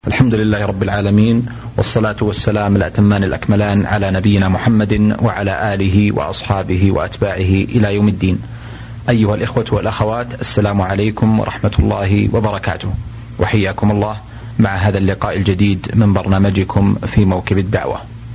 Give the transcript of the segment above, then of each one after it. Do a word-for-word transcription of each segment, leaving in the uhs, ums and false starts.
الحمد لله رب العالمين، والصلاة والسلام الأتمان الأكملان على نبينا محمد وعلى آله وأصحابه وأتباعه إلى يوم الدين. أيها الإخوة والأخوات، السلام عليكم ورحمة الله وبركاته، وحياكم الله مع هذا اللقاء الجديد من برنامجكم في موكب الدعوة.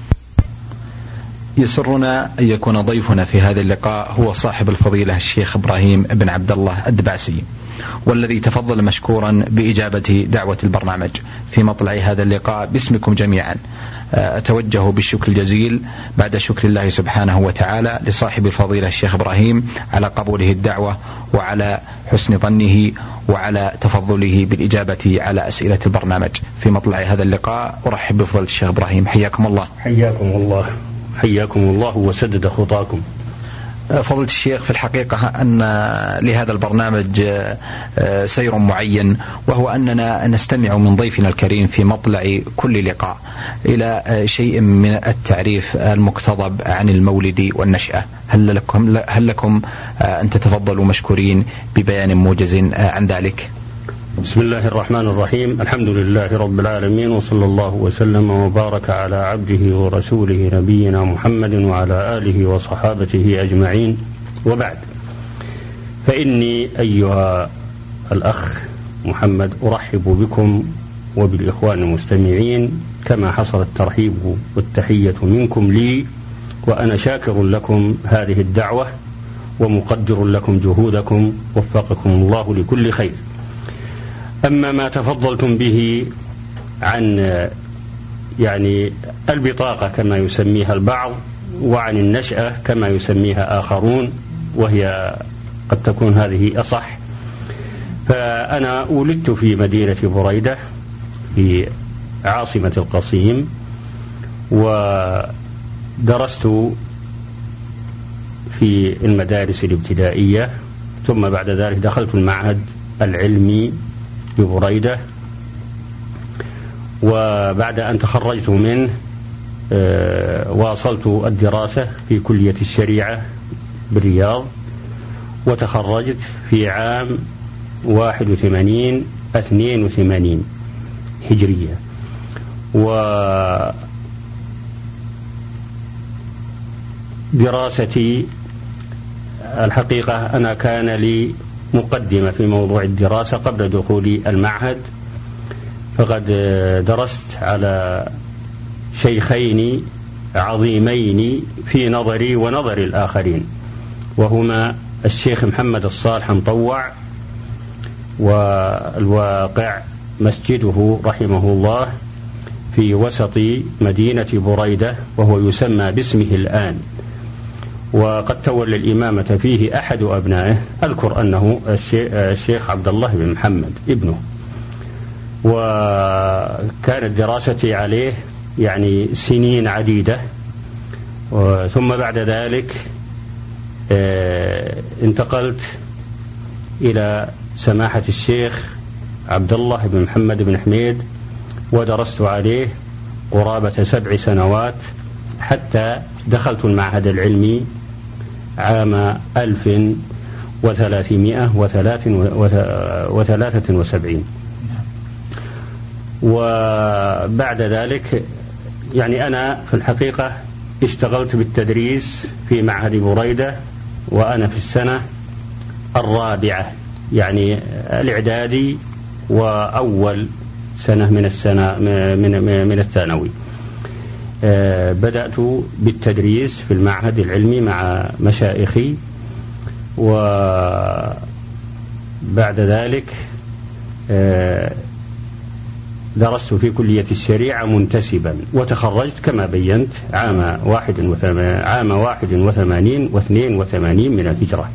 يسرنا أن يكون ضيفنا في هذا اللقاء هو صاحب الفضيلة الشيخ إبراهيم بن عبد الله الدباسي، والذي تفضل مشكورا بإجابة دعوة البرنامج. في مطلع هذا اللقاء باسمكم جميعا أتوجه بالشكر الجزيل بعد شكر الله سبحانه وتعالى لصاحب الفضيلة الشيخ إبراهيم على قبوله الدعوة وعلى حسن ظنه وعلى تفضله بالإجابة على أسئلة البرنامج. في مطلع هذا اللقاء أرحب بفضيلة الشيخ إبراهيم، حياكم الله. حياكم الله حياكم الله وسدد خطاكم. فضيلة الشيخ، في الحقيقة أن لهذا البرنامج سير معين، وهو أننا نستمع من ضيفنا الكريم في مطلع كل لقاء إلى شيء من التعريف المقتضب عن المولد والنشأة. هل لكم, هل لكم أن تتفضلوا مشكورين ببيان موجز عن ذلك؟ بسم الله الرحمن الرحيم. الحمد لله رب العالمين، وصلى الله وسلم وبارك على عبده ورسوله نبينا محمد وعلى آله وصحابته أجمعين، وبعد. فإني أيها الأخ محمد أرحب بكم وبالإخوان المستمعين كما حصل الترحيب والتحية منكم لي، وأنا شاكر لكم هذه الدعوة ومقدر لكم جهودكم، وفقكم الله لكل خير. أما ما تفضلتم به عن يعني البطاقة كما يسميها البعض، وعن النشأة كما يسميها آخرون، وهي قد تكون هذه أصح، فأنا ولدت في مدينة بريدة في عاصمة القصيم، ودرست في المدارس الابتدائية، ثم بعد ذلك دخلت المعهد العلمي ببريدة، وبعد أن تخرجت منه واصلت الدراسة في كلية الشريعة بالرياض، وتخرجت في عام واحد وثمانين اثنين وثمانين هجرية. ودراستي الحقيقة أنا كان لي مقدمة في موضوع الدراسة قبل دخولي المعهد، فقد درست على شيخين عظيمين في نظري ونظر الآخرين، وهما الشيخ محمد الصالح مطوع، والواقع مسجده رحمه الله في وسط مدينة بريدة، وهو يسمى باسمه الآن، وقد تولى الإمامة فيه أحد أبنائه، أذكر أنه الشيخ عبد الله بن محمد ابنه، وكانت دراستي عليه يعني سنين عديدة. ثم بعد ذلك انتقلت إلى سماحة الشيخ عبد الله بن محمد بن حميد، ودرست عليه قرابة سبع سنوات حتى دخلت المعهد العلمي عام ألف وثلاثمائة وثلاثة وسبعين. وبعد ذلك يعني أنا في الحقيقة اشتغلت بالتدريس في معهد بريدة وأنا في السنة الرابعة، يعني الإعدادي وأول سنة من السنة من من الثانوي. أه بدأت بالتدريس في المعهد العلمي مع مشايخي، وبعد ذلك أه درست في كلية الشريعة منتسبا، وتخرجت كما بينت عام واحد وثمانين عام واحد وثمانين واثنين وثمانين من الهجرة.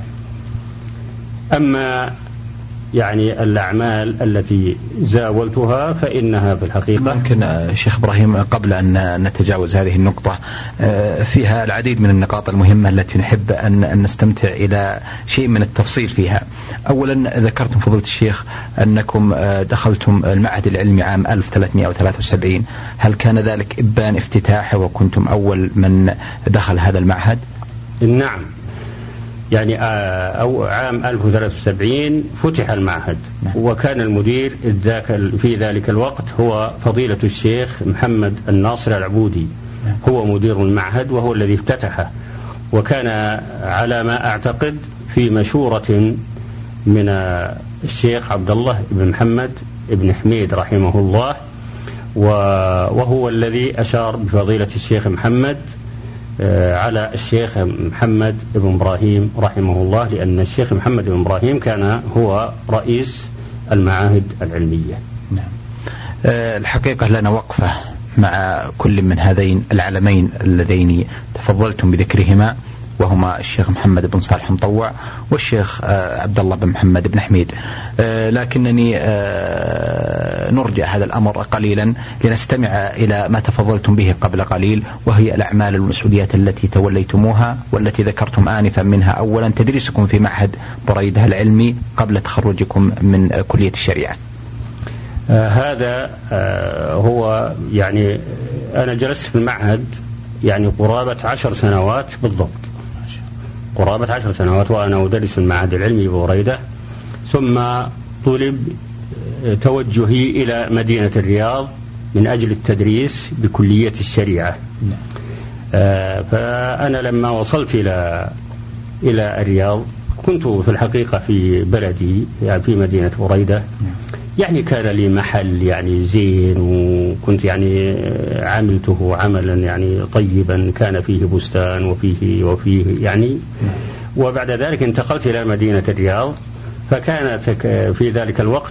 أما يعني الأعمال التي زاولتها فإنها في الحقيقة ممكن شيخ إبراهيم قبل أن نتجاوز هذه النقطة، فيها العديد من النقاط المهمة التي نحب أن نستمتع إلى شيء من التفصيل فيها. أولا، ذكرتم فضيلة الشيخ أنكم دخلتم المعهد العلمي عام ألف وثلاثمائة وثلاثة وسبعين، هل كان ذلك إبان افتتاحه وكنتم أول من دخل هذا المعهد؟ نعم، يعني أو عام ألف وثلاثة وسبعين فتح المعهد. نعم. وكان المدير في ذلك الوقت هو فضيلة الشيخ محمد الناصر العبودي. نعم. هو مدير المعهد وهو الذي افتتحه، وكان على ما أعتقد في مشورة من الشيخ عبد الله بن محمد بن حميد رحمه الله، وهو الذي أشار بفضيلة الشيخ محمد على الشيخ محمد بن إبراهيم رحمه الله، لأن الشيخ محمد بن إبراهيم كان هو رئيس المعاهد العلمية. نعم. الحقيقة لنا وقفة مع كل من هذين العلمين اللذين تفضلتم بذكرهما، وهما الشيخ محمد بن صالح مطوع والشيخ عبد الله بن محمد بن حميد، لكنني نرجع هذا الأمر قليلا لنستمع إلى ما تفضلتم به قبل قليل، وهي الأعمال والمسؤوليات التي توليتموها والتي ذكرتم آنفا منها. أولا تدريسكم في معهد بريدة العلمي قبل تخرجكم من كلية الشريعة. آه هذا آه هو يعني أنا جلست في المعهد يعني قرابة عشر سنوات بالضبط، قرابة عشر سنوات وأنا أدرس في المعهد العلمي ببريدة، ثم طلب توجهي إلى مدينة الرياض من أجل التدريس بكلية الشريعة. آه فأنا لما وصلت إلى إلى الرياض كنت في الحقيقة في بلدي يعني في مدينة بريدة، يعني كان لي محل يعني زين، وكنت يعني عملته عملا يعني طيبا، كان فيه بستان وفيه وفيه يعني. وبعد ذلك انتقلت إلى مدينة الرياض، فكانت في ذلك الوقت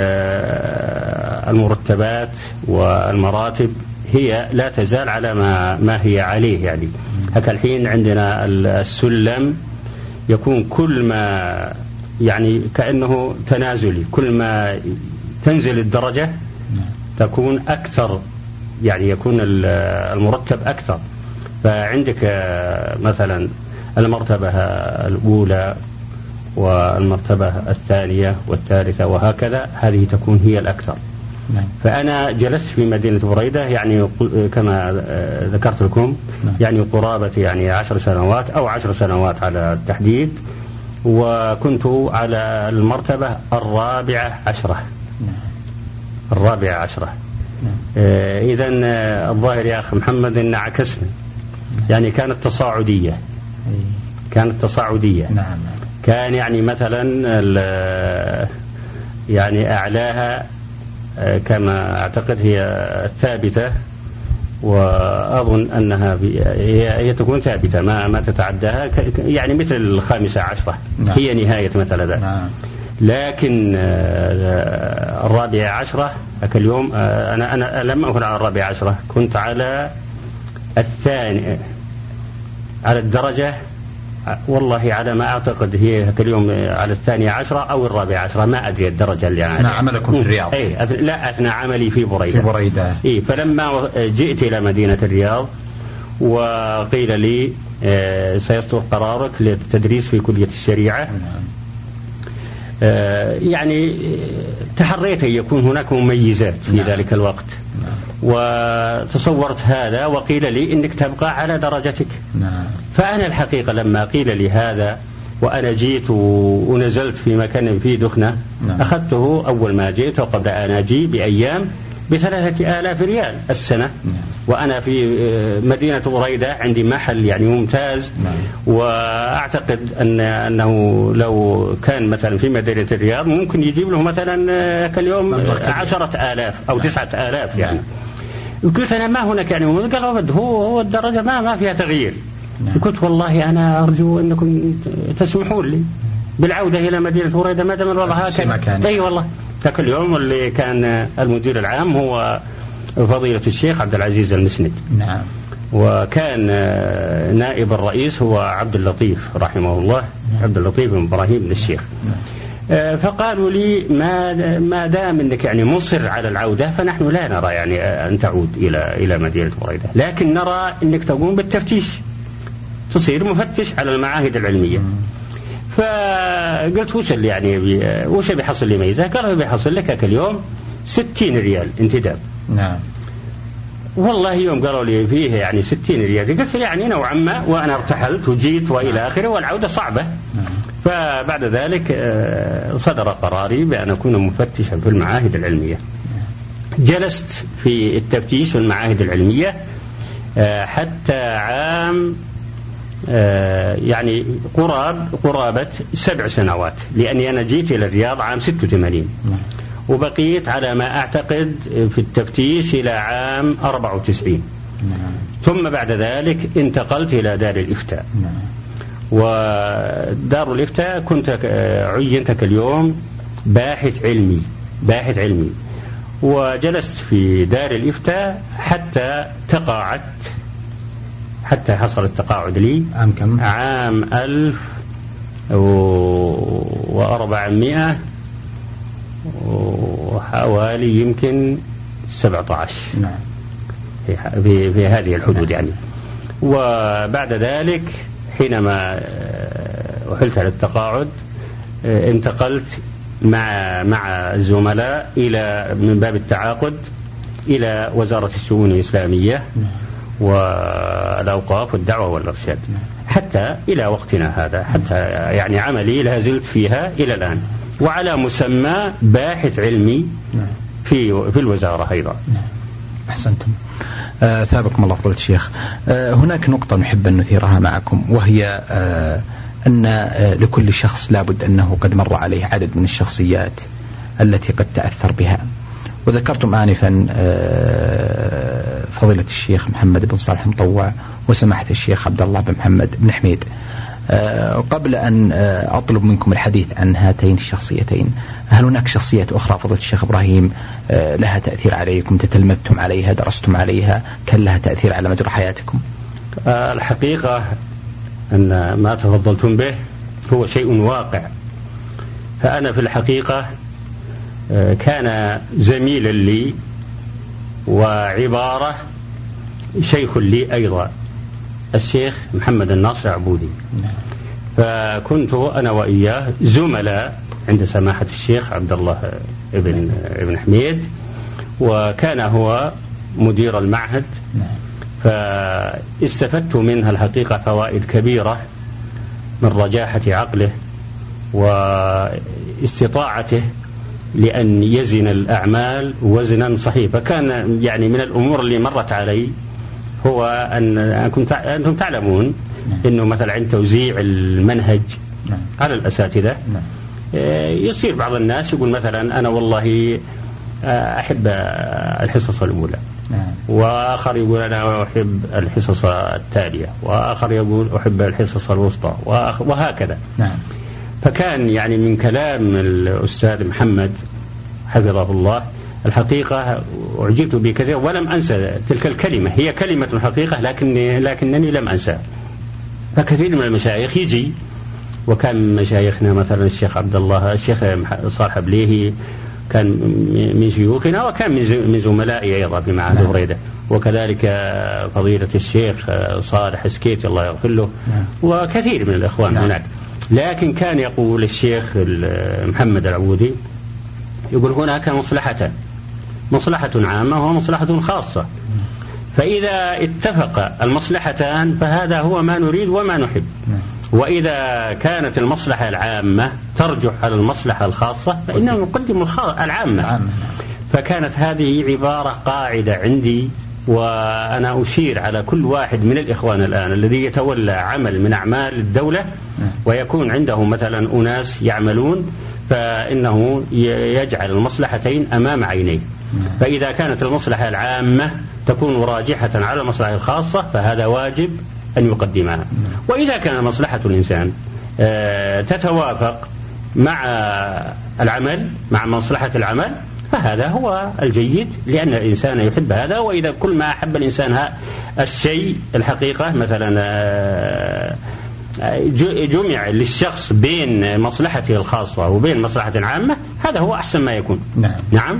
المرتبات والمراتب هي لا تزال على ما ما هي عليه. يعني هكا الحين عندنا السلم يكون كل ما يعني كأنه تنازلي، كل ما تنزل الدرجة تكون أكثر، يعني يكون المرتب أكثر. فعندك مثلا المرتبة الأولى والمرتبة الثانية والثالثة وهكذا، هذه تكون هي الأكثر. فأنا جلست في مدينة بريدة يعني كما ذكرت لكم يعني قرابة يعني عشر سنوات أو عشر سنوات على التحديد، وكنت على المرتبة الرابعة عشرة الرابعة عشرة آه إذن آه الظاهر يا أخ محمد إن عكسنا، يعني كانت تصاعدية كانت تصاعدية نعم. كان يعني مثلا يعني أعلاها آه كما أعتقد هي الثابتة، وأظن أنها هي, هي تكون ثابتة ما ما تتعداها، يعني مثل الخامسة عشرة نعم. هي نهاية مثل ذا نعم. لكن الرابعة عشرة ذاك اليوم أنا أنا لما أكون على الرابعة عشرة كنت على الثاني على الدرجة، والله على ما أعتقد هي ذاك اليوم على الثانية عشرة أو الرابعة عشرة، ما أدري الدرجة اللي أثناء عملكم في الرياض. إيه أثناء لا أثناء عملي في بريدة. في بريدة. إيه فلما جئت إلى مدينة الرياض وقيل لي آه سيصدر قرارك للتدريس في كلية الشريعة، آه يعني تحريت أن يكون هناك مميزات في نعم. ذلك الوقت نعم. وتصورت هذا وقيل لي إنك تبقى على درجتك نعم. فأنا الحقيقة لما قيل لي هذا وأنا جيت ونزلت في مكان فيه دخنة نعم. أخذته أول ما جئت وقبل أن أجي بأيام بثلاثة آلاف ريال السنة نعم. وأنا في مدينة بريدة عندي محل يعني ممتاز نعم. وأعتقد أن أنه لو كان مثلا في مدينة الرياض ممكن يجيب له مثلا كاليوم عشرة آلاف أو نعم. تسعة آلاف يعني نعم. قلت أنا ما هناك يعني قال هو هو الدرجة ما ما فيها تغيير نعم. قلت والله أنا أرجو أنكم تسمحون لي بالعودة إلى مدينة بريدة ما دام الوضع هكذا. أي والله ذاك اليوم اللي كان المدير العام هو فضيلة الشيخ عبد العزيز المسند نعم. وكان نائب الرئيس هو عبد اللطيف رحمه الله نعم. عبد اللطيف بن إبراهيم بن الشيخ نعم. فقالوا لي ما ما دام انك يعني مصر على العودة فنحن لا نرى يعني أن تعود إلى إلى مدينة بريدة، لكن نرى انك تقوم بالتفتيش تصير مفتش على المعاهد العلمية. فقلت وش اللي يعني وش بيحصل لي ميزة؟ قالوا بيحصل لك اليوم ستين ريال انتداب نعم. والله يوم قالوا لي فيه يعني ستين ريال، قلت يعني نوعا ما، وأنا ارتحلت وجيت وإلى آخره، والعودة صعبة. فبعد ذلك صدر قراري بأن أكون مفتشا في المعاهد العلمية. جلست في التفتيش في المعاهد العلمية حتى عام يعني قراب قرابة سبع سنوات، لأني أنا جيت إلى الرياض عام ستة وثمانين، وبقيت على ما أعتقد في التفتيش إلى عام أربعة وتسعين. ثم بعد ذلك انتقلت إلى دار الإفتاء. ودار الإفتاء كنت عينتك اليوم باحث علمي باحث علمي وجلست في دار الإفتاء حتى تقاعدت، حتى حصل التقاعد لي عام كم؟ عام ألف وأربعمائة وحوالي يمكن سبعة عشر. نعم. في, في هذه الحدود. نعم. يعني وبعد ذلك حينما أحلت على التقاعد انتقلت مع مع الزملاء إلى من باب التعاقد إلى وزارة الشؤون الإسلامية والأوقاف والدعوة والإرشاد حتى إلى وقتنا هذا، حتى يعني عملي لا زلت فيها إلى الآن، وعلى مسمى باحث علمي في في الوزارة أيضا. أحسنتم. آه ثابكم الله فضيلة الشيخ. آه هناك نقطة نحب أن نثيرها معكم، وهي آه أن آه لكل شخص لابد أنه قد مر عليه عدد من الشخصيات التي قد تأثر بها، وذكرتم آنفا آه فضيلة الشيخ محمد بن صالح مطوع وسماحة الشيخ عبد الله بن محمد بن حميد. آه قبل أن آه أطلب منكم الحديث عن هاتين الشخصيتين، هل هناك شخصيات أخرى فضيلة الشيخ إبراهيم آه لها تأثير عليكم، تتلمذتم عليها، درستم عليها، كان لها تأثير على مجرى حياتكم؟ آه الحقيقة أن ما تفضلتم به هو شيء واقع. فأنا في الحقيقة آه كان زميلا لي وعبارة شيخ لي أيضا، الشيخ محمد الناصر عبودي. فكنت أنا وإياه زملاء عند سماحة الشيخ عبد الله ابن ابن حميد، وكان هو مدير المعهد. فاستفدت منها الحقيقة فوائد كبيرة من رجاحة عقله واستطاعته لأن يزن الأعمال وزنا صحيح. فكان يعني من الأمور اللي مرت علي هو أن أنتم تعلمون أنه مثلا عند توزيع المنهج على الأساتذة يصير بعض الناس يقول مثلا أنا والله أحب الحصص الأولى، وآخر يقول أنا أحب الحصص التالية، وآخر يقول أحب الحصص الوسطى، وهكذا. فكان يعني من كلام الأستاذ محمد حفظه الله الحقيقة أعجبت بكثير ولم أنسى تلك الكلمة، هي كلمة حقيقة لكني لكنني لم أنسى. فكثير من المشايخ يجي، وكان من مشايخنا مثلا الشيخ عبد الله الشيخ صالح بليهي كان من شيوخنا، وكان من زملائي أيضا في معهد بريدة، وكذلك فضيلة الشيخ صالح سكيت الله يغفر له، وكثير من الإخوان هناك. لكن كان يقول الشيخ محمد العبودي يقول هناك مصلحتان، مصلحة عامة ومصلحة خاصة، فإذا اتفق المصلحتان فهذا هو ما نريد وما نحب، وإذا كانت المصلحة العامة ترجح على المصلحة الخاصة فإننا نقدم العامة. فكانت هذه عبارة قاعدة عندي، وأنا أشير على كل واحد من الإخوان الآن الذي يتولى عمل من أعمال الدولة ويكون عنده مثلا أناس يعملون، فإنه يجعل المصلحتين أمام عينيه. فإذا كانت المصلحة العامة تكون راجحة على المصلحة الخاصة فهذا واجب أن يقدمها، وإذا كان مصلحة الإنسان تتوافق مع العمل مع مصلحة العمل فهذا هو الجيد، لأن الإنسان يحب هذا. وإذا كل ما أحب الإنسان الشيء الحقيقة مثلا جمع للشخص بين مصلحته الخاصة وبين مصلحة عامة هذا هو أحسن ما يكون. نعم, نعم.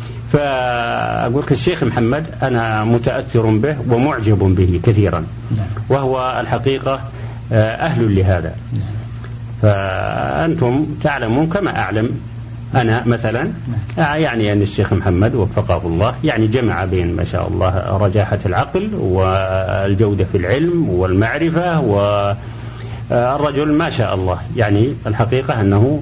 فأقول الشيخ محمد أنا متأثر به ومعجب به كثيرا. نعم. وهو الحقيقة أهل لهذا. نعم. فأنتم تعلمون كما أعلم أنا مثلا يعني أن الشيخ محمد وفقه الله يعني جمع بين ما شاء الله رجاحة العقل والجودة في العلم والمعرفة، والرجل ما شاء الله يعني الحقيقة أنه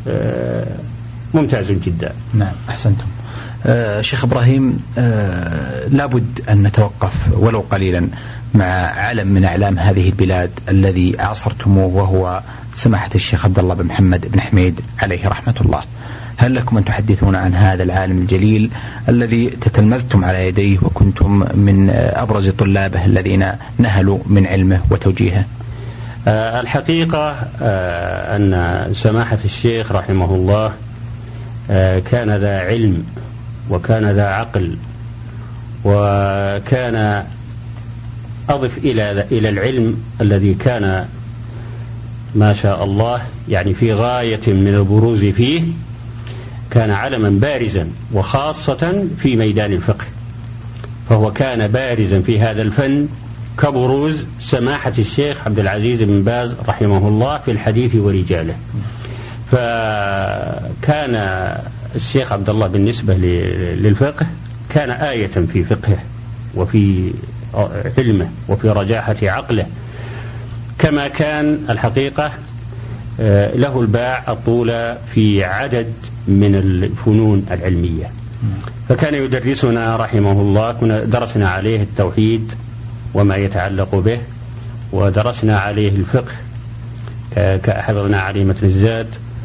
ممتاز جدا. نعم أحسنتم. آه شيخ إبراهيم، آه لابد أن نتوقف ولو قليلا مع علم من أعلام هذه البلاد الذي عاصرتموه، وهو سماحة الشيخ عبد الله بن محمد بن حميد عليه رحمة الله. هل لكم أن تحدثون عن هذا العالم الجليل الذي تتلمذتم على يديه وكنتم من أبرز طلابه الذين نهلوا من علمه وتوجيهه؟ آه الحقيقة آه أن سماحة الشيخ رحمه الله آه كان ذا علم وكان ذا عقل، وكان أضف إلى إلى العلم الذي كان ما شاء الله يعني في غاية من البروز فيه، كان علما بارزا وخاصة في ميدان الفقه، فهو كان بارزا في هذا الفن كبروز سماحة الشيخ عبد العزيز بن باز رحمه الله في الحديث ورجاله. فكان الشيخ عبد الله بالنسبة للفقه كان آية في فقهه وفي علمه وفي رجاحة عقله، كما كان الحقيقة له الباع الطول في عدد من الفنون العلمية. فكان يدرسنا رحمه الله، كنا درسنا عليه التوحيد وما يتعلق به، ودرسنا عليه الفقه، كحفظنا عليه متن الزاد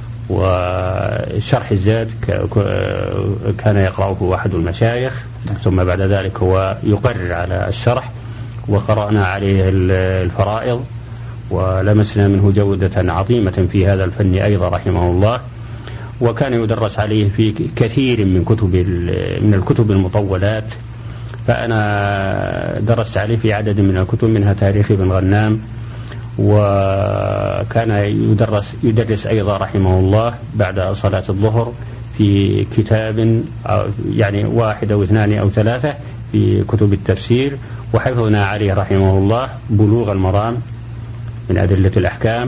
وشرح الزاد كان يقرأه أحد المشايخ، ثم بعد ذلك هو يقرر على الشرح، وقرأنا عليه الفرائض ولمسنا منه جودة عظيمة في هذا الفن أيضا رحمه الله. وكان يدرس عليه في كثير من كتب من الكتب المطولات، فأنا درست عليه في عدد من الكتب منها تاريخ ابن غنام، وكان يدرس يدرس أيضا رحمه الله بعد صلاة الظهر في كتاب يعني واحد أو اثنان أو ثلاثة في كتب التفسير، وحفظنا عليه رحمه الله بلوغ المرام من أدلة الأحكام.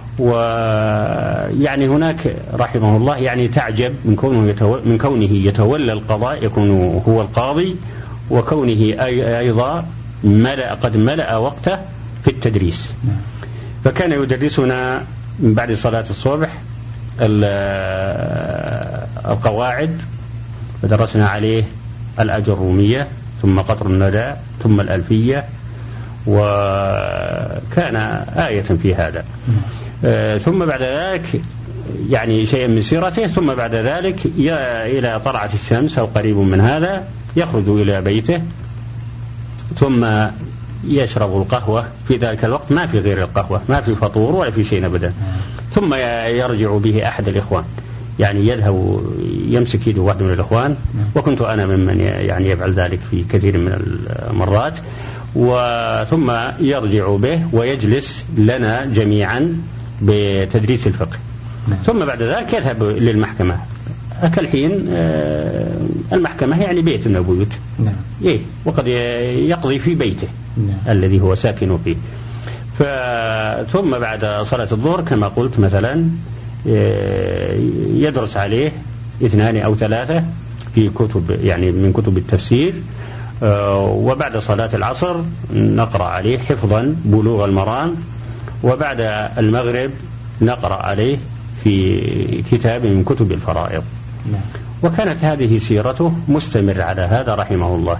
ويعني هناك رحمه الله يعني تعجب من كونه يتولى, من كونه يتولى القضاء، يكون هو القاضي، وكونه أيضا ملأ قد ملأ وقته في التدريس. فكان يدرسنا من بعد صلاة الصبح القواعد، فدرسنا عليه الأجرومية ثم قطر الندى ثم الألفية، وكان آية في هذا. آه ثم بعد ذلك يعني شيء من سيرته، ثم بعد ذلك إلى طلعة الشمس أو قريب من هذا يخرج إلى بيته، ثم يشرب القهوة. في ذلك الوقت ما في غير القهوة، ما في فطور ولا في شيء أبدا. ثم يرجع به أحد الإخوان، يعني يذهب يمسك يده واحد من الإخوان، وكنت أنا ممن يعني يفعل ذلك في كثير من المرات، وثم يرجع به ويجلس لنا جميعا بتدريس الفقه. ثم بعد ذلك يذهب للمحكمة. كالحين المحكمة يعني بيت من البيوت، إيه، وقد يقضي في بيته الذي هو ساكن فيه. ثم بعد صلاة الظهر كما قلت مثلا يدرس عليه اثنان أو ثلاثة في كتب يعني من كتب التفسير، وبعد صلاة العصر نقرأ عليه حفظا بلوغ المرام، وبعد المغرب نقرأ عليه في كتاب من كتب الفرائض. وكانت هذه سيرته مستمر على هذا رحمه الله.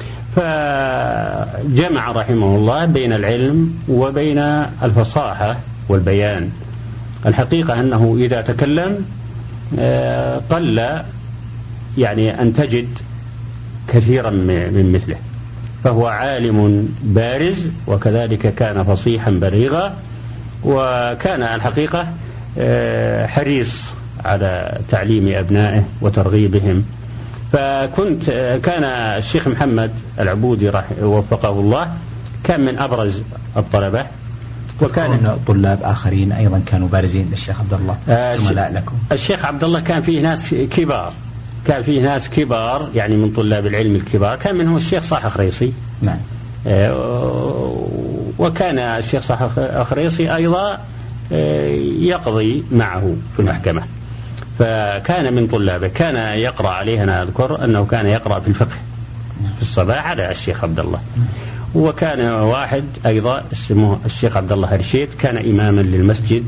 فجمع رحمه الله بين العلم وبين الفصاحة والبيان. الحقيقة أنه إذا تكلم قل يعني أن تجد كثيرا من مثله، فهو عالم بارز، وكذلك كان فصيحا بليغا، وكان الحقيقة حريص على تعليم أبنائه وترغيبهم. فكنت كان الشيخ محمد العبودي وفقه الله كان من أبرز الطلبة، وكان طلاب آخرين أيضا كانوا بارزين للشيخ عبد الله زملاء لكم. الشيخ عبد الله كان فيه ناس كبار، كان فيه ناس كبار يعني من طلاب العلم الكبار، كان منهم الشيخ صالح خريصي. نعم. وكان الشيخ صالح خريصي أيضا يقضي معه في المحكمة. فكان من طلابه، كان يقرأ عليه، أنا أذكر أنه كان يقرأ في الفقه في الصباح على الشيخ عبد الله. وكان واحد أيضا اسمه الشيخ عبد الله هرشيت، كان إماما للمسجد،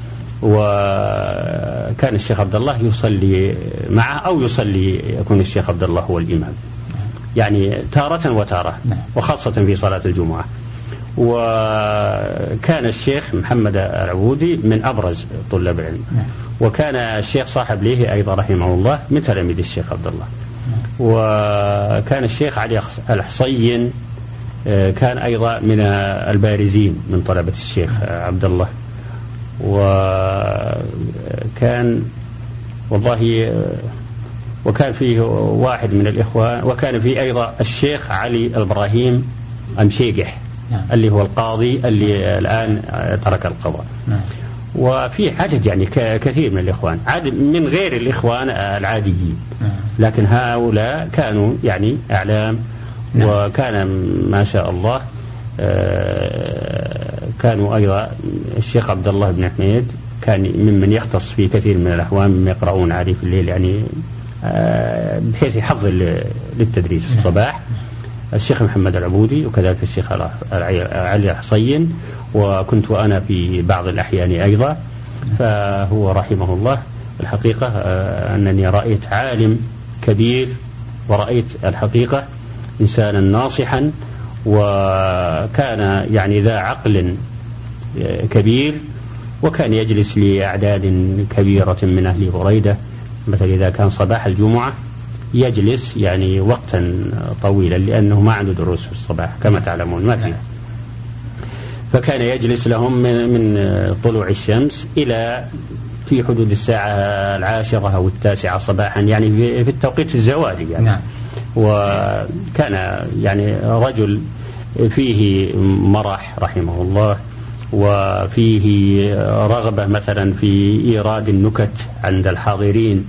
وكان الشيخ عبد الله يصلي معه أو يصلي يكون الشيخ عبد الله هو الإمام، يعني تارة وتارة، وخاصة في صلاة الجمعة. وكان الشيخ محمد العبودي من أبرز طلاب العلم، وكان الشيخ صاحب ليه أيضا رحمه الله من تلاميذ الشيخ عبد الله. وكان الشيخ علي الحصين كان أيضا من البارزين من طلبة الشيخ عبد الله. وكان والله وكان فيه واحد من الإخوان، وكان فيه أيضا الشيخ علي إبراهيم أمشيقح اللي هو القاضي اللي الآن ترك القضاء. وفي عدد يعني كثير من الإخوان، عدد من غير الإخوان العاديين، لكن هؤلاء كانوا يعني أعلام. وكان ما شاء الله كانوا أيضا الشيخ عبد الله بن حميد كان ممن يختص في كثير من الأحوال مما يقرؤون عليه في الليل، يعني بحيث يحض للتدريس في الصباح. الشيخ محمد العبودي، وكذلك الشيخ علي الحصين، وكنت أنا في بعض الأحيان أيضا. فهو رحمه الله الحقيقة أنني رأيت عالم كبير، ورأيت الحقيقة إنسانا ناصحا، وكان يعني ذا عقل كبير، وكان يجلس لأعداد كبيرة من أهل بريدة، مثلا إذا كان صباح الجمعة يجلس يعني وقتا طويلا، لأنه ما عنده دروس في الصباح كما تعلمون، ما فيه. فكان يجلس لهم من, من طلوع الشمس إلى في حدود الساعة العاشرة أو التاسعة صباحا، يعني في التوقيت الزوالي يعني. نعم. وكان يعني رجل فيه مرح رحمه الله، وفيه رغبة مثلا في إيراد النكت عند الحاضرين.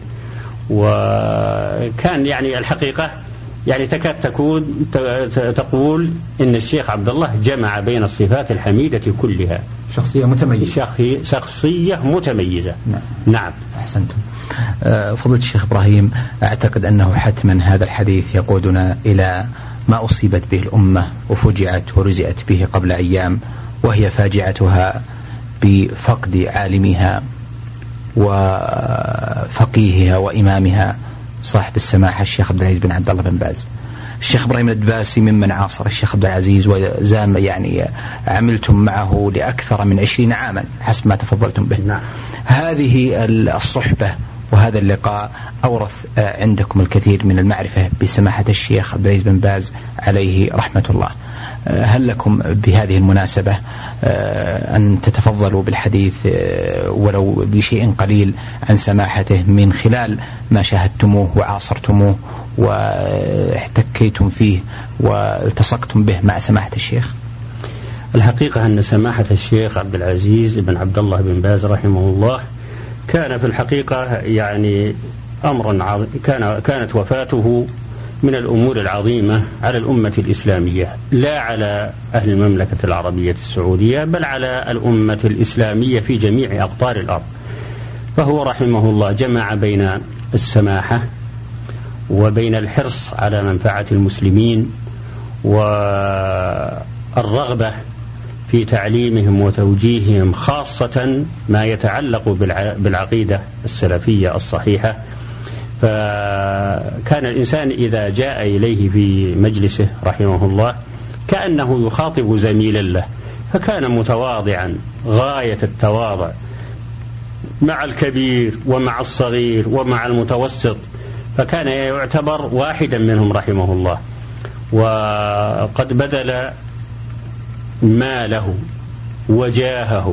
وكان يعني الحقيقة يعني تكاد تكون تقول إن الشيخ عبد الله جمع بين الصفات الحميدة كلها. شخصية متميزة. شخصية متميزة. نعم. نعم. أحسنتم. فضيلة الشيخ إبراهيم، أعتقد أنه حتما هذا الحديث يقودنا إلى ما أصيبت به الأمة وفجعت ورزئت به قبل أيام، وهي فاجعتها بفقد عالمها وفقيهها وإمامها صاحب السماحة الشيخ عبد العزيز بن عبد الله بن باز. الشيخ إبراهيم الأدباسي ممن عاصر الشيخ عبد العزيز، وزام يعني عملتم معه لأكثر من عشرين عاما حسب ما تفضلتم به. نعم. هذه الصحبة وهذا اللقاء أورث عندكم الكثير من المعرفة بسماحة الشيخ عبد العزيز بن باز عليه رحمة الله. هل لكم بهذه المناسبة أن تتفضلوا بالحديث ولو بشيء قليل عن سماحته من خلال ما شاهدتموه وعاصرتموه واحتكيتم فيه والتصقتم به مع سماحة الشيخ؟ الحقيقة أن سماحة الشيخ عبد العزيز بن عبد الله بن باز رحمه الله كان في الحقيقة يعني أمر عظيم، كان كانت وفاته من الأمور العظيمة على الأمة الإسلامية، لا على أهل المملكة العربية السعودية، بل على الأمة الإسلامية في جميع أقطار الأرض. فهو رحمه الله جمع بين السماحة وبين الحرص على منفعة المسلمين والرغبة في تعليمهم وتوجيههم، خاصة ما يتعلق بالعقيدة السلفية الصحيحة. فكان الإنسان إذا جاء إليه في مجلسه رحمه الله كأنه يخاطب زميلا له، فكان متواضعا غاية التواضع مع الكبير ومع الصغير ومع المتوسط، فكان يعتبر واحدا منهم رحمه الله. وقد بذل ماله وجاهه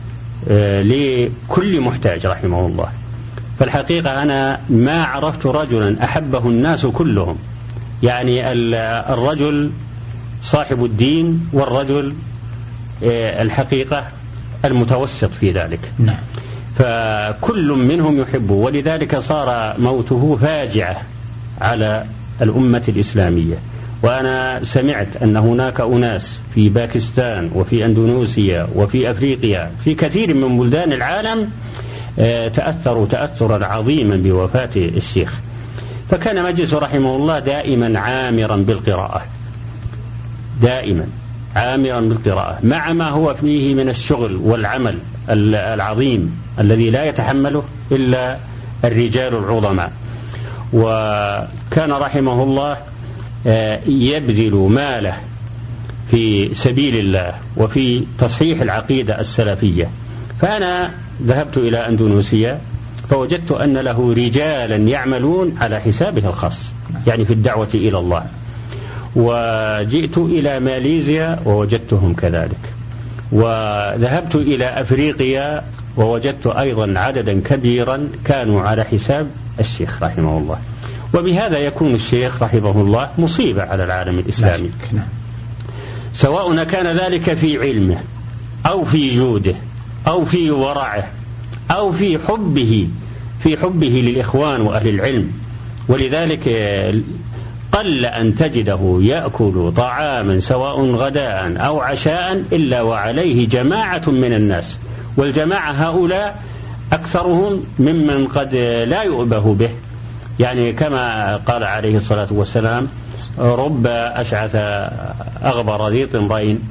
لكل محتاج رحمه الله. فالحقيقة أنا ما عرفت رجلا أحبه الناس كلهم، يعني الرجل صاحب الدين والرجل الحقيقة المتوسط في ذلك. نعم. فكل منهم يحبه، ولذلك صار موته فاجعة على الأمة الإسلامية. وأنا سمعت أن هناك أناس في باكستان وفي أندونيسيا وفي أفريقيا في كثير من بلدان العالم تأثروا تأثرا عظيما بوفاة الشيخ. فكان مجلس رحمه الله دائما عامرا بالقراءة، دائما عامرا بالقراءة، مع ما هو فيه من الشغل والعمل العظيم الذي لا يتحمله إلا الرجال العظماء. وكان رحمه الله يبذل ماله في سبيل الله وفي تصحيح العقيدة السلفية. فأنا ذهبت إلى أندونيسيا فوجدت أن له رجالا يعملون على حسابه الخاص، يعني في الدعوة إلى الله. وجئت إلى ماليزيا ووجدتهم كذلك، وذهبت إلى أفريقيا ووجدت أيضا عددا كبيرا كانوا على حساب الشيخ رحمه الله. وبهذا يكون الشيخ رحمه الله مصيبة على العالم الإسلامي، سواء كان ذلك في علمه أو في جوده أو في ورعه أو في حبه في حبه للإخوان وأهل العلم. ولذلك قل أن تجده يأكل طعاما سواء غداء أو عشاء إلا وعليه جماعة من الناس، والجماعة هؤلاء أكثرهم ممن قد لا يؤبه به، يعني كما قال عليه الصلاة والسلام: رب أشعث أغبر ذي طمرين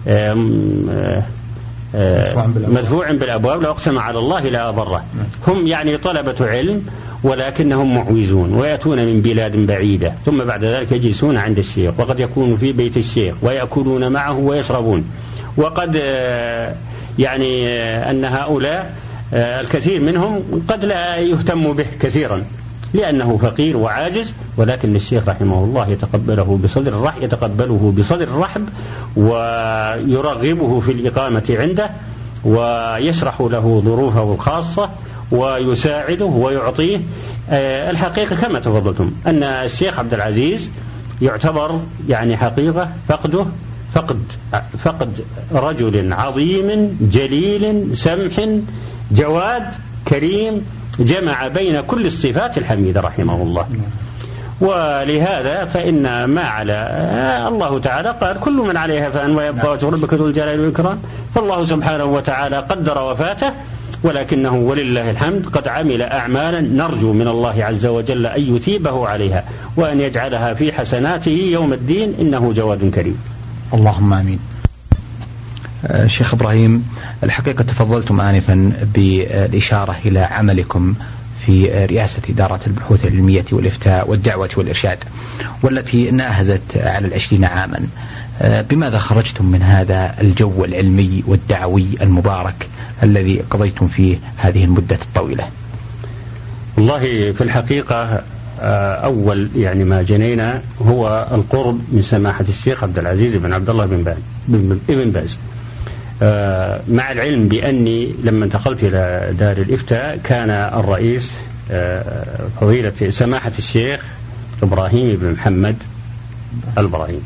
مدفوع بالأبواب لو أقسم على الله لا أبره. هم يعني طلبة علم ولكنهم معوزون ويأتون من بلاد بعيدة، ثم بعد ذلك يجلسون عند الشيخ، وقد يكونوا في بيت الشيخ ويأكلون معه ويشربون. وقد يعني أن هؤلاء الكثير منهم قد لا يهتم به كثيرا لأنه فقير وعاجز، ولكن الشيخ رحمه الله يتقبله بصدر الرحب يتقبله بصدر الرحب ويرغبه في الإقامة عنده ويشرح له ظروفه الخاصة ويساعده ويعطيه. الحقيقة كما تفضلتم أن الشيخ عبد العزيز يعتبر يعني حقيقة فقده فقد فقد رجل عظيم جليل سمح جواد كريم جمع بين كل الصفات الحميدة رحمه الله. ولهذا فإن ما على الله تعالى قال: كل من عليها فان ويبقى وجه ربك ذو الجلال والإكرام. فالله سبحانه وتعالى قدر وفاته، ولكنه ولله الحمد قد عمل أعمالا نرجو من الله عز وجل أن يثيبه عليها وأن يجعلها في حسناته يوم الدين، إنه جواد كريم. اللهم آمين. شيخ إبراهيم، الحقيقة تفضلتم آنفا بالإشارة إلى عملكم في رئاسة إدارة البحوث العلمية والإفتاء والدعوة والإرشاد، والتي ناهزت على العشرين عاما. بماذا خرجتم من هذا الجو العلمي والدعوي المبارك الذي قضيتم فيه هذه المدة الطويلة؟ والله في الحقيقة أول يعني ما جنينا هو القرب من سماحة الشيخ عبد العزيز بن عبد الله بن باز ابن باز مع العلم بأني لما انتقلت إلى دار الإفتاء كان الرئيس فضيلة سماحة الشيخ إبراهيم بن محمد البراهيم،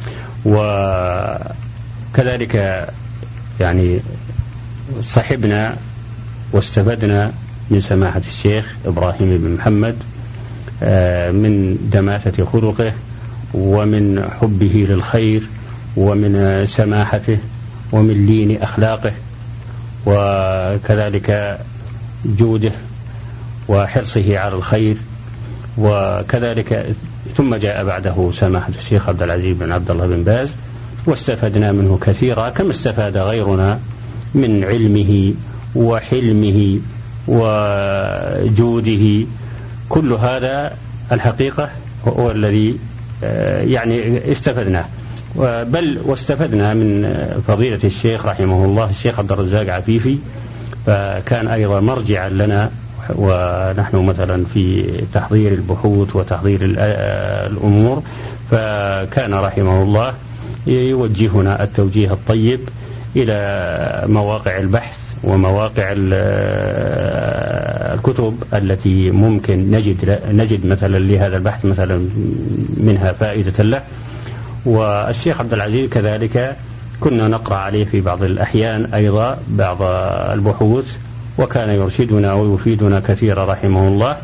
وكذلك يعني صحبنا واستفدنا من سماحة الشيخ إبراهيم بن محمد من دماثة خلقه ومن حبه للخير ومن سماحته ومن لين أخلاقه، وكذلك جوده وحرصه على الخير، وكذلك ثم جاء بعده سماحة الشيخ عبد العزيز بن عبد الله بن باز، واستفدنا منه كثيرا كما استفاد غيرنا من علمه وحلمه وجوده. كل هذا الحقيقة هو الذي يعني استفدناه، بل واستفدنا من فضيلة الشيخ رحمه الله الشيخ عبد الرزاق عفيفي، فكان أيضا مرجعا لنا، ونحن مثلا في تحضير البحوث وتحضير الأمور، فكان رحمه الله يوجهنا التوجيه الطيب إلى مواقع البحث ومواقع الكتب التي ممكن نجد نجد مثلا لهذا البحث مثلا منها فائدة له. والشيخ عبد العزيز كذلك كنا نقرأ عليه في بعض الأحيان أيضا بعض البحوث، وكان يرشدنا ويفيدنا كثيرا رحمه الله.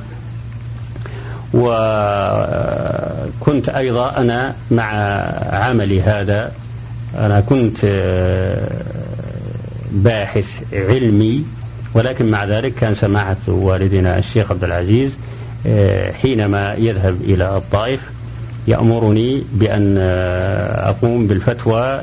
وكنت أيضا أنا مع عملي هذا أنا كنت باحث علمي ولكن مع ذلك كان سماحة والدنا الشيخ عبد العزيز حينما يذهب إلى الطائف يأمرني بأن أقوم بالفتوى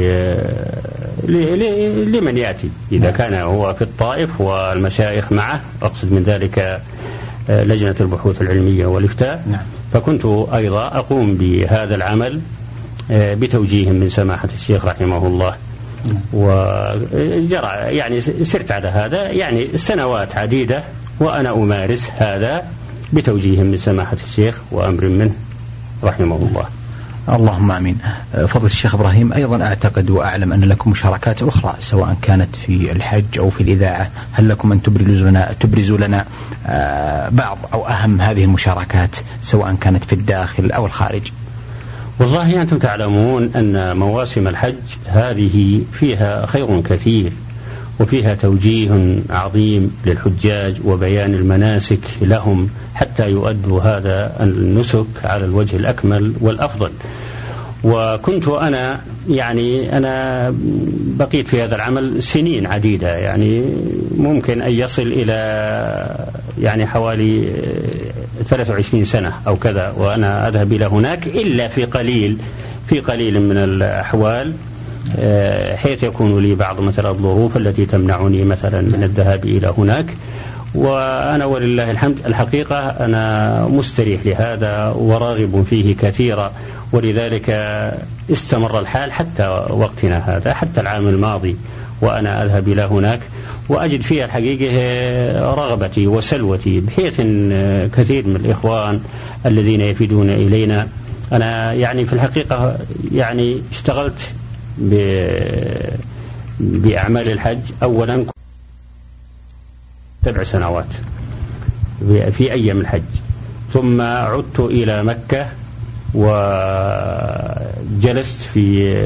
لمن يأتي إذا كان هو في الطائف والمشايخ معه، أقصد من ذلك لجنة البحوث العلمية والإفتاء. فكنت أيضا أقوم بهذا العمل بتوجيه من سماحة الشيخ رحمه الله، وجرى يعني سرت على هذا يعني سنوات عديدة وأنا أمارس هذا بتوجيه من سماحة الشيخ وأمر منه رحمه الله. اللهم آمين. فضل الشيخ إبراهيم، أيضا أعتقد وأعلم أن لكم مشاركات أخرى سواء كانت في الحج أو في الإذاعة، هل لكم أن تبرزوا لنا, تبرزوا لنا بعض أو أهم هذه المشاركات سواء كانت في الداخل أو الخارج؟ والله أنتم تعلمون أن مواسم الحج هذه فيها خير كثير وفيها توجيه عظيم للحجاج وبيان المناسك لهم حتى يؤدوا هذا النسك على الوجه الأكمل والأفضل. وكنت أنا يعني أنا بقيت في هذا العمل سنين عديدة، يعني ممكن أن يصل إلى يعني حوالي ثلاث وعشرين سنة أو كذا وأنا أذهب إلى هناك، إلا في قليل في قليل من الأحوال حيث يكون لي بعض مثلا الظروف التي تمنعني مثلا من الذهاب إلى هناك، وأنا ولله الحمد الحقيقة أنا مستريح لهذا وراغب فيه كثيرا، ولذلك استمر الحال حتى وقتنا هذا، حتى العام الماضي وأنا أذهب إلى هناك وأجد فيها الحقيقة رغبتي وسلوتي، بحيث أن كثير من الإخوان الذين يفيدون إلينا. أنا يعني في الحقيقة يعني اشتغلت بأعمال الحج أولا سبع سنوات في أيام الحج، ثم عدت إلى مكة وجلست في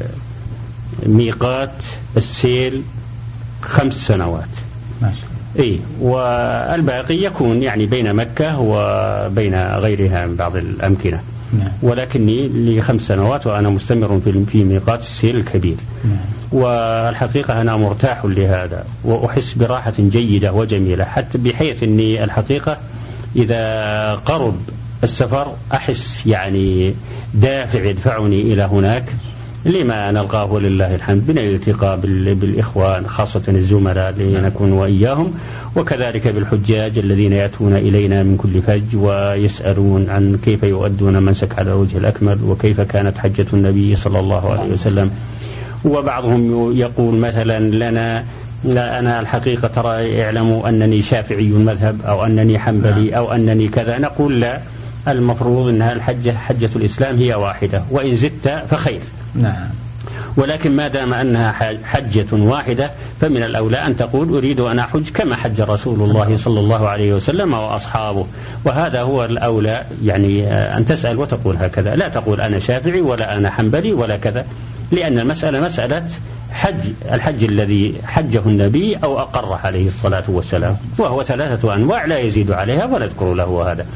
ميقات السيل خمس سنوات إيه، والباقي يكون يعني بين مكة وبين غيرها من بعض الأمكنة، ولكني لخمس سنوات وأنا مستمر في ميقات السيل الكبير. والحقيقة أنا مرتاح لهذا وأحس براحة جيدة وجميلة، حتى بحيث أني الحقيقة إذا قرب السفر أحس يعني دافع يدفعني إلى هناك لما نلقاه ولله الحمد من الالتقاء بالإخوان خاصة الزملاء لنكون وإياهم، وكذلك بالحجاج الذين يأتون إلينا من كل فج ويسألون عن كيف يؤدون منسك على الوجه الأكمل وكيف كانت حجة النبي صلى الله عليه وسلم. وبعضهم يقول مثلا لنا لا أنا الحقيقة ترى اعلموا أنني شافعي المذهب أو أنني حنبلي أو أنني كذا، نقول لا، المفروض أنها الحجة حجة الإسلام هي واحدة، وإن زدت فخير. نعم. ولكن ما دام أنها حجة واحدة فمن الأولى أن تقول أريد أن أحج كما حج رسول الله صلى الله عليه وسلم وأصحابه، وهذا هو الأولى، يعني أن تسأل وتقول هكذا، لا تقول أنا شافعي ولا أنا حنبلي ولا كذا، لأن المسألة مسألة حج الحج الذي حجه النبي أو أقره عليه الصلاة والسلام، وهو ثلاثة أنواع لا يزيد عليها ونذكر له هذا.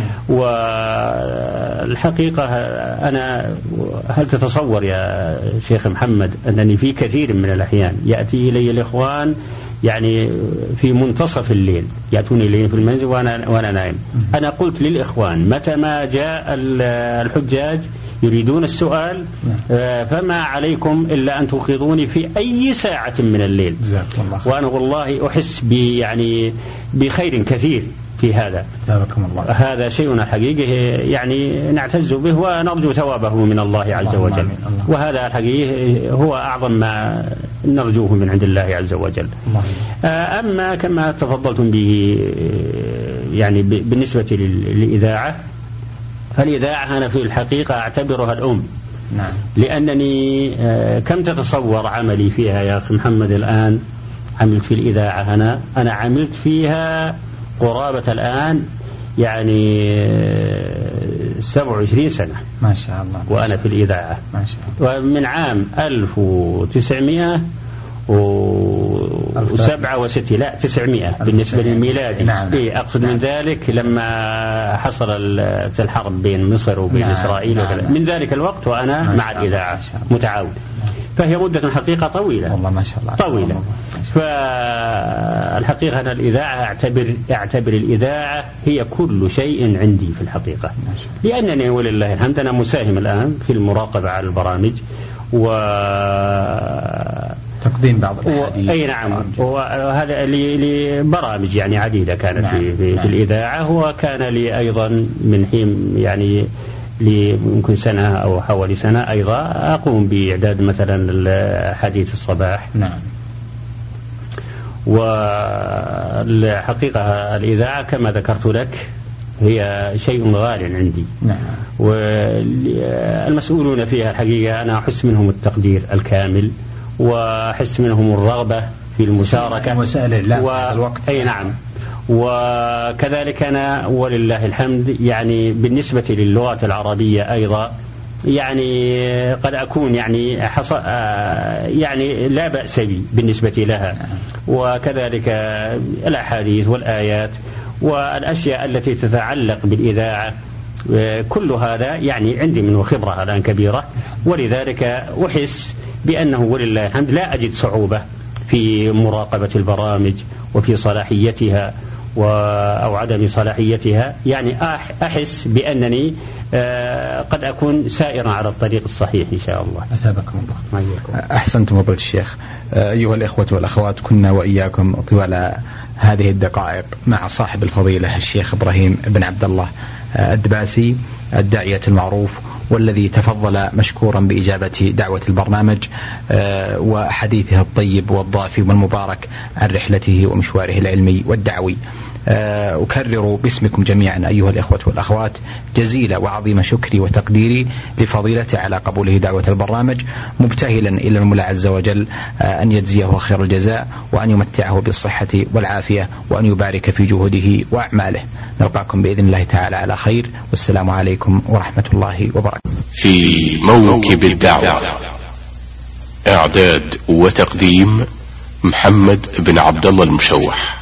والحقيقة أنا هل تتصور يا شيخ محمد أنني في كثير من الأحيان يأتي إلي الإخوان يعني في منتصف الليل، يأتوني إلي في المنزل وأنا, وأنا نائم، أنا قلت للإخوان متى ما جاء الحجاج يريدون السؤال فما عليكم إلا أن توقظوني في أي ساعة من الليل، وأنا والله أحس يعني بخير كثير في هذا. الله. هذا شيء حقيقي يعني نعتز به ونرجو ثوابه من الله عز وجل، وهذا الحقيقي هو أعظم ما نرجوه من عند الله عز وجل. أما كما تفضلتم به يعني بالنسبة للإذاعة، فالإذاعة أنا في الحقيقة أعتبرها الأم. نعم. لأنني كم تتصور عملي فيها يا أخي محمد؟ الآن عملت في الإذاعة أنا أنا عملت فيها قرابة الآن يعني سبع وعشرين سنة ما شاء الله، وأنا في الإذاعة ما شاء الله، ومن عام ألف وتسعمائة وسبعة وستين لا تسعمائة بالنسبة للميلادي. نعم. إيه أقصد نعم. من ذلك لما حصل الحرب بين مصر وبين نعم. إسرائيل نعم. من ذلك الوقت وأنا مع الإذاعة متعاون. فهي مدة حقيقة طويلة والله ما شاء الله طويلة. فالحقيقة أنا الإذاعة أعتبر, أعتبر الإذاعة هي كل شيء عندي في الحقيقة، لأنني ولله الحمد أنا مساهم الآن في المراقبة على البرامج و تقديم بعض الأحاديث. أي نعم، وهذا لبرامج يعني عديدة كانت نعم. في, في, نعم. في الإذاعة، وكان لي أيضا من حين يعني يمكن سنة أو حوالي سنة أيضا أقوم بإعداد مثلا حديث الصباح. نعم. والحقيقة الإذاعة كما ذكرت لك هي شيء غال عندي. نعم. والمسؤولون فيها الحقيقة أنا أحس منهم التقدير الكامل، وأحس منهم الرغبة في المشاركة وسائل الإعلام و... في الوقت. أي نعم. وكذلك أنا ولله الحمد يعني بالنسبة للغة العربية أيضا يعني قد أكون يعني حص... يعني لا بأس بي بالنسبة لها، وكذلك الأحاديث والآيات والأشياء التي تتعلق بالإذاعة كل هذا يعني عندي منه خبرة الآن كبيرة، ولذلك أحس بأنه ولله الحمد لا أجد صعوبة في مراقبة البرامج وفي صلاحيتها أو عدم صلاحيتها. يعني أحس بأنني قد أكون سائرا على الطريق الصحيح إن شاء الله. أثابكم الله. أحسنتم فضيلة الشيخ. أيها الإخوة والأخوات، كنا وإياكم طوال هذه الدقائق مع صاحب الفضيلة الشيخ إبراهيم بن عبد الله الدباسي الداعية المعروف، والذي تفضل مشكورا بإجابة دعوة البرنامج وحديثه الطيب والضافي والمبارك عن رحلته ومشواره العلمي والدعوي. أكرر باسمكم جميعا أيها الإخوة والأخوات جزيل وعظيم شكري وتقديري لفضيلته على قبوله دعوة البرنامج، مبتهلا إلى المولى عز وجل أن يجزيه خير الجزاء، وأن يمتعه بالصحة والعافية، وأن يبارك في جهوده وأعماله. نلقاكم بإذن الله تعالى على خير، والسلام عليكم ورحمة الله وبركاته. في موكب الدعوة، إعداد وتقديم محمد بن عبد الله المشوح.